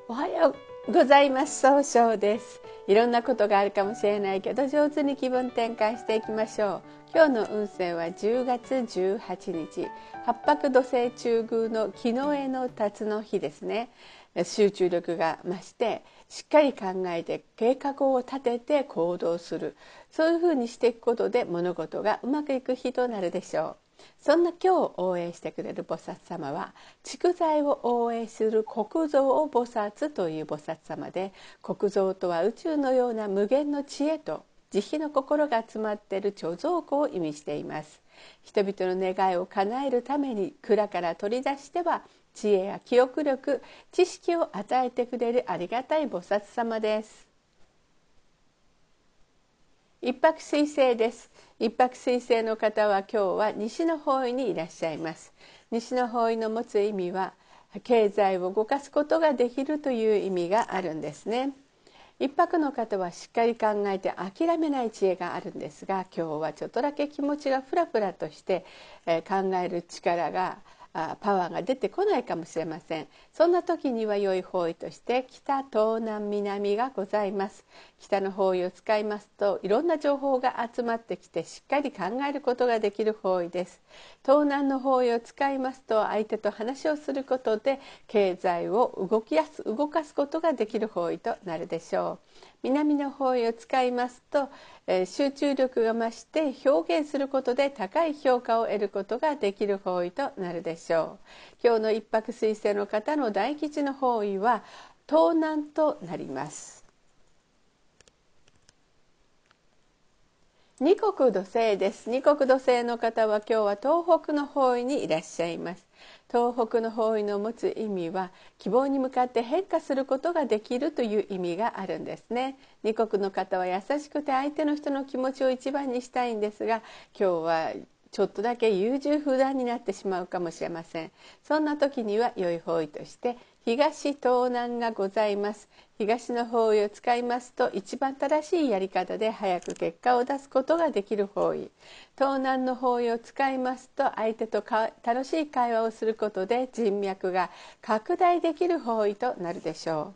おはようございます。総称です。いろんなことがあるかもしれないけど、上手に気分転換していきましょう。今日の運勢は10月18日、八白土星中宮の木の絵の辰の日ですね。集中力が増して、しっかり考えて計画を立てて行動する、そういうふうにしていくことで物事がうまくいく日となるでしょう。そんな今日応援してくれる菩薩様は、蓄財を応援する国蔵菩薩という菩薩様で、国蔵とは宇宙のような無限の知恵と慈悲の心が詰まっている貯蔵庫を意味しています。人々の願いを叶えるために蔵から取り出しては、知恵や記憶力、知識を与えてくれるありがたい菩薩様です。一泊水星です。一泊水星の方は今日は西の方位にいらっしゃいます。西の方位の持つ意味は、経済を動かすことができるという意味があるんですね。一泊の方はしっかり考えて諦めない知恵があるんですが、今日はちょっとだけ気持ちがフラフラとして、考える力がパワーが出てこないかもしれません。そんな時には良い方位として北、東南、南がございます。北の方位を使いますと、いろんな情報が集まってきてしっかり考えることができる方位です。東南の方位を使いますと、相手と話をすることで経済を動かすことができる方位となるでしょう。南の方位を使いますと、集中力が増して表現することで高い評価を得ることができる方位となるでしょう。今日の一泊水星の方の大吉の方位は東南となります。二国土星です。二国土星の方は今日は東北の方位にいらっしゃいます。東北の方位の持つ意味は、希望に向かって変化することができるという意味があるんですね。二国の方は優しくて相手の人の気持ちを一番にしたいんですが、今日はちょっとだけ優柔不断になってしまうかもしれません。そんな時には良い方位として東、東南がございます。東の方位を使いますと、一番正しいやり方で早く結果を出すことができる方位。東南の方位を使いますと、相手と楽しい会話をすることで人脈が拡大できる方位となるでしょう。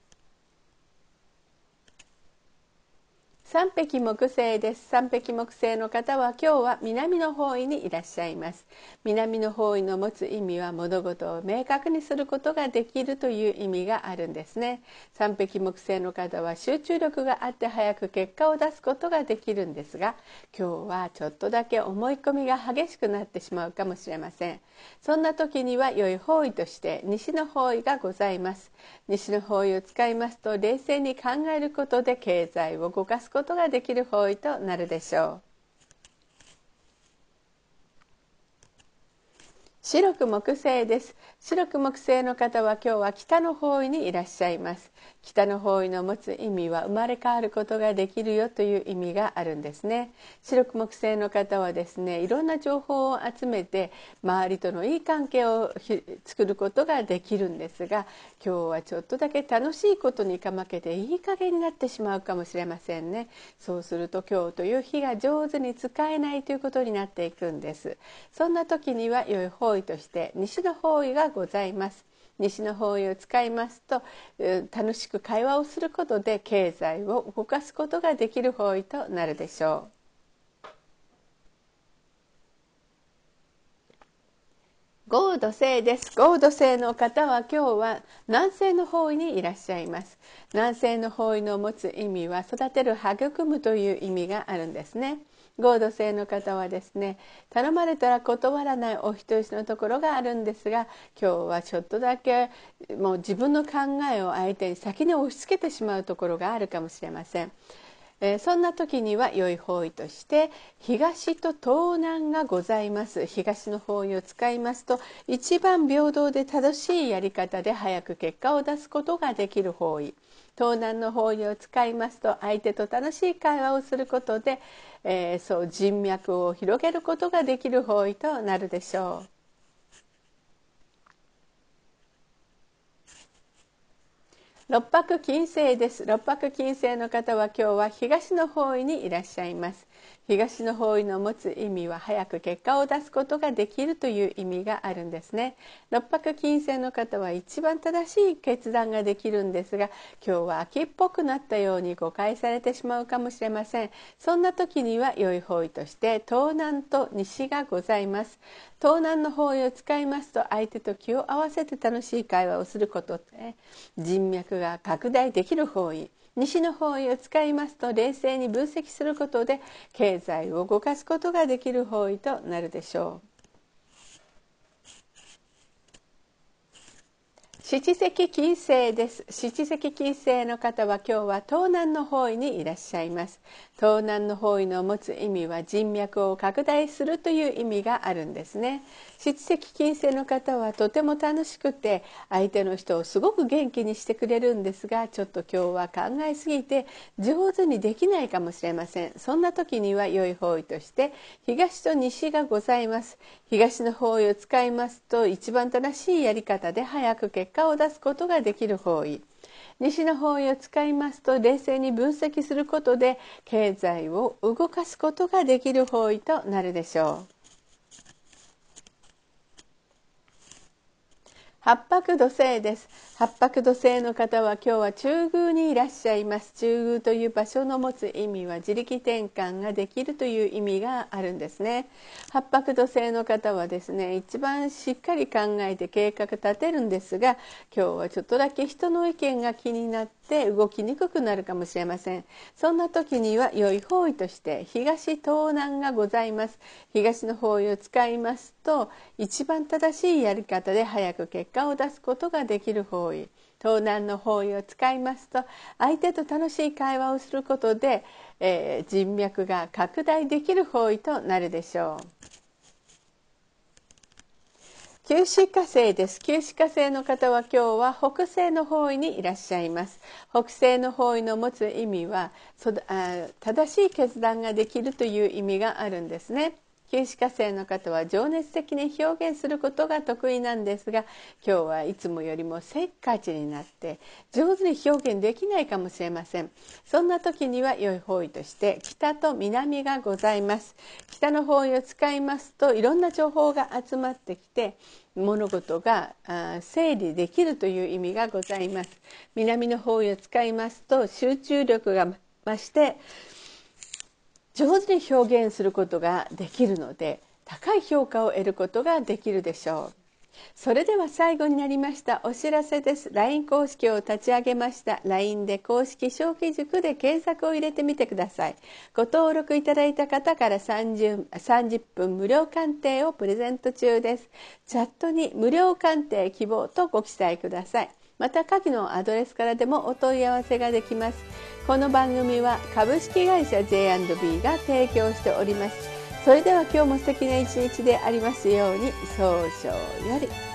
三匹木星です。三匹木星の方は今日は南の方位にいらっしゃいます。南の方位の持つ意味は、物事を明確にすることができるという意味があるんですね。三匹木星の方は集中力があって早く結果を出すことができるんですが、今日はちょっとだけ思い込みが激しくなってしまうかもしれません。そんな時には良い方位として西の方位がございます。西の方位を使いますと、冷静に考えることで経済を動かすことができる方位となるでしょう。白く木星です。白く木星の方は今日は北の方位にいらっしゃいます。北の方位の持つ意味は、生まれ変わることができるよという意味があるんですね。白く木星の方はですね、いろんな情報を集めて周りとのいい関係を作ることができるんですが、今日はちょっとだけ楽しいことにかまけていい加減になってしまうかもしれませんね。そうすると今日という日が上手に使えないということになっていくんです。そんな時には良い方位として西の方位がございます。西の方位を使いますと、楽しく会話をすることで経済を動かすことができる方位となるでしょう。合土星です。合土星の方は今日は南西の方位にいらっしゃいます。南西の方位の持つ意味は、育てる、育むという意味があるんですね。合土星の方はですね、頼まれたら断らないお人よしのところがあるんですが、今日はちょっとだけもう自分の考えを相手に先に押し付けてしまうところがあるかもしれません。そんな時には良い方位として東と東南がございます。東の方位を使いますと、一番平等で正しいやり方で早く結果を出すことができる方位。東南の方位を使いますと、相手と楽しい会話をすることで、そう人脈を広げることができる方位となるでしょう。六白金星です。六白金星の方は今日は東の方位にいらっしゃいます。 東の方位の持つ意味は早く結果を出すことができるという意味があるんですね。六白金星の方は一番正しい決断ができるんですが、今日は秋っぽくなったように誤解されてしまうかもしれません。そんな時には良い方位として東南と西がございます。東南の方位を使いますと、相手と気を合わせて楽しい会話をすることで人脈が拡大できる方位。西の方位を使いますと、冷静に分析することで経済を動かすことができる方位となるでしょう。七石金星です。七石金星の方は今日は東南の方位にいらっしゃいます。東南の方位の持つ意味は人脈を拡大するという意味があるんですね。七石金星の方はとても楽しくて、相手の人をすごく元気にしてくれるんですが、ちょっと今日は考えすぎて上手にできないかもしれません。そんな時には良い方位として東と西がございます。東の方位を使いますと、一番正しいやり方で早く結果を出すことができる方位。西の方位を使いますと、冷静に分析することで経済を動かすことができる方位となるでしょう。八白土星です。八白土星の方は今日は中宮にいらっしゃいます。中宮という場所の持つ意味は自力転換ができるという意味があるんですね。八白土星の方はですね、一番しっかり考えて計画立てるんですが、今日はちょっとだけ人の意見が気になって動きにくくなるかもしれません。そんな時には良い方位として東東南がございます。東の方位を使いますと、一番正しいやり方で早く結果を出すことができる方位。東南の方位を使いますと、相手と楽しい会話をすることで、人脈が拡大できる方位となるでしょう。九死火星です。九死火星の方は今日は北西の方位にいらっしゃいます。北西の方位の持つ意味は正しい決断ができるという意味があるんですね。九死火星の方は情熱的に表現することが得意なんですが、今日はいつもよりもせっかちになって上手に表現できないかもしれません。そんな時には良い方位として北と南がございます。北の方位を使いますと、いろんな情報が集まってきて物事が整理できるという意味がございます。南の方位を使いますと、集中力が増して上手に表現することができるので、高い評価を得ることができるでしょう。それでは最後になりましたお知らせです。 LINE 公式を立ち上げました。 LINE で公式小規塾で検索を入れてみてください。ご登録いただいた方から30分無料鑑定をプレゼント中です。チャットに無料鑑定希望とご記載ください。また下記のアドレスからでもお問い合わせができます。この番組は株式会社 J&B が提供しております。それでは今日も素敵な一日でありますように。早々より。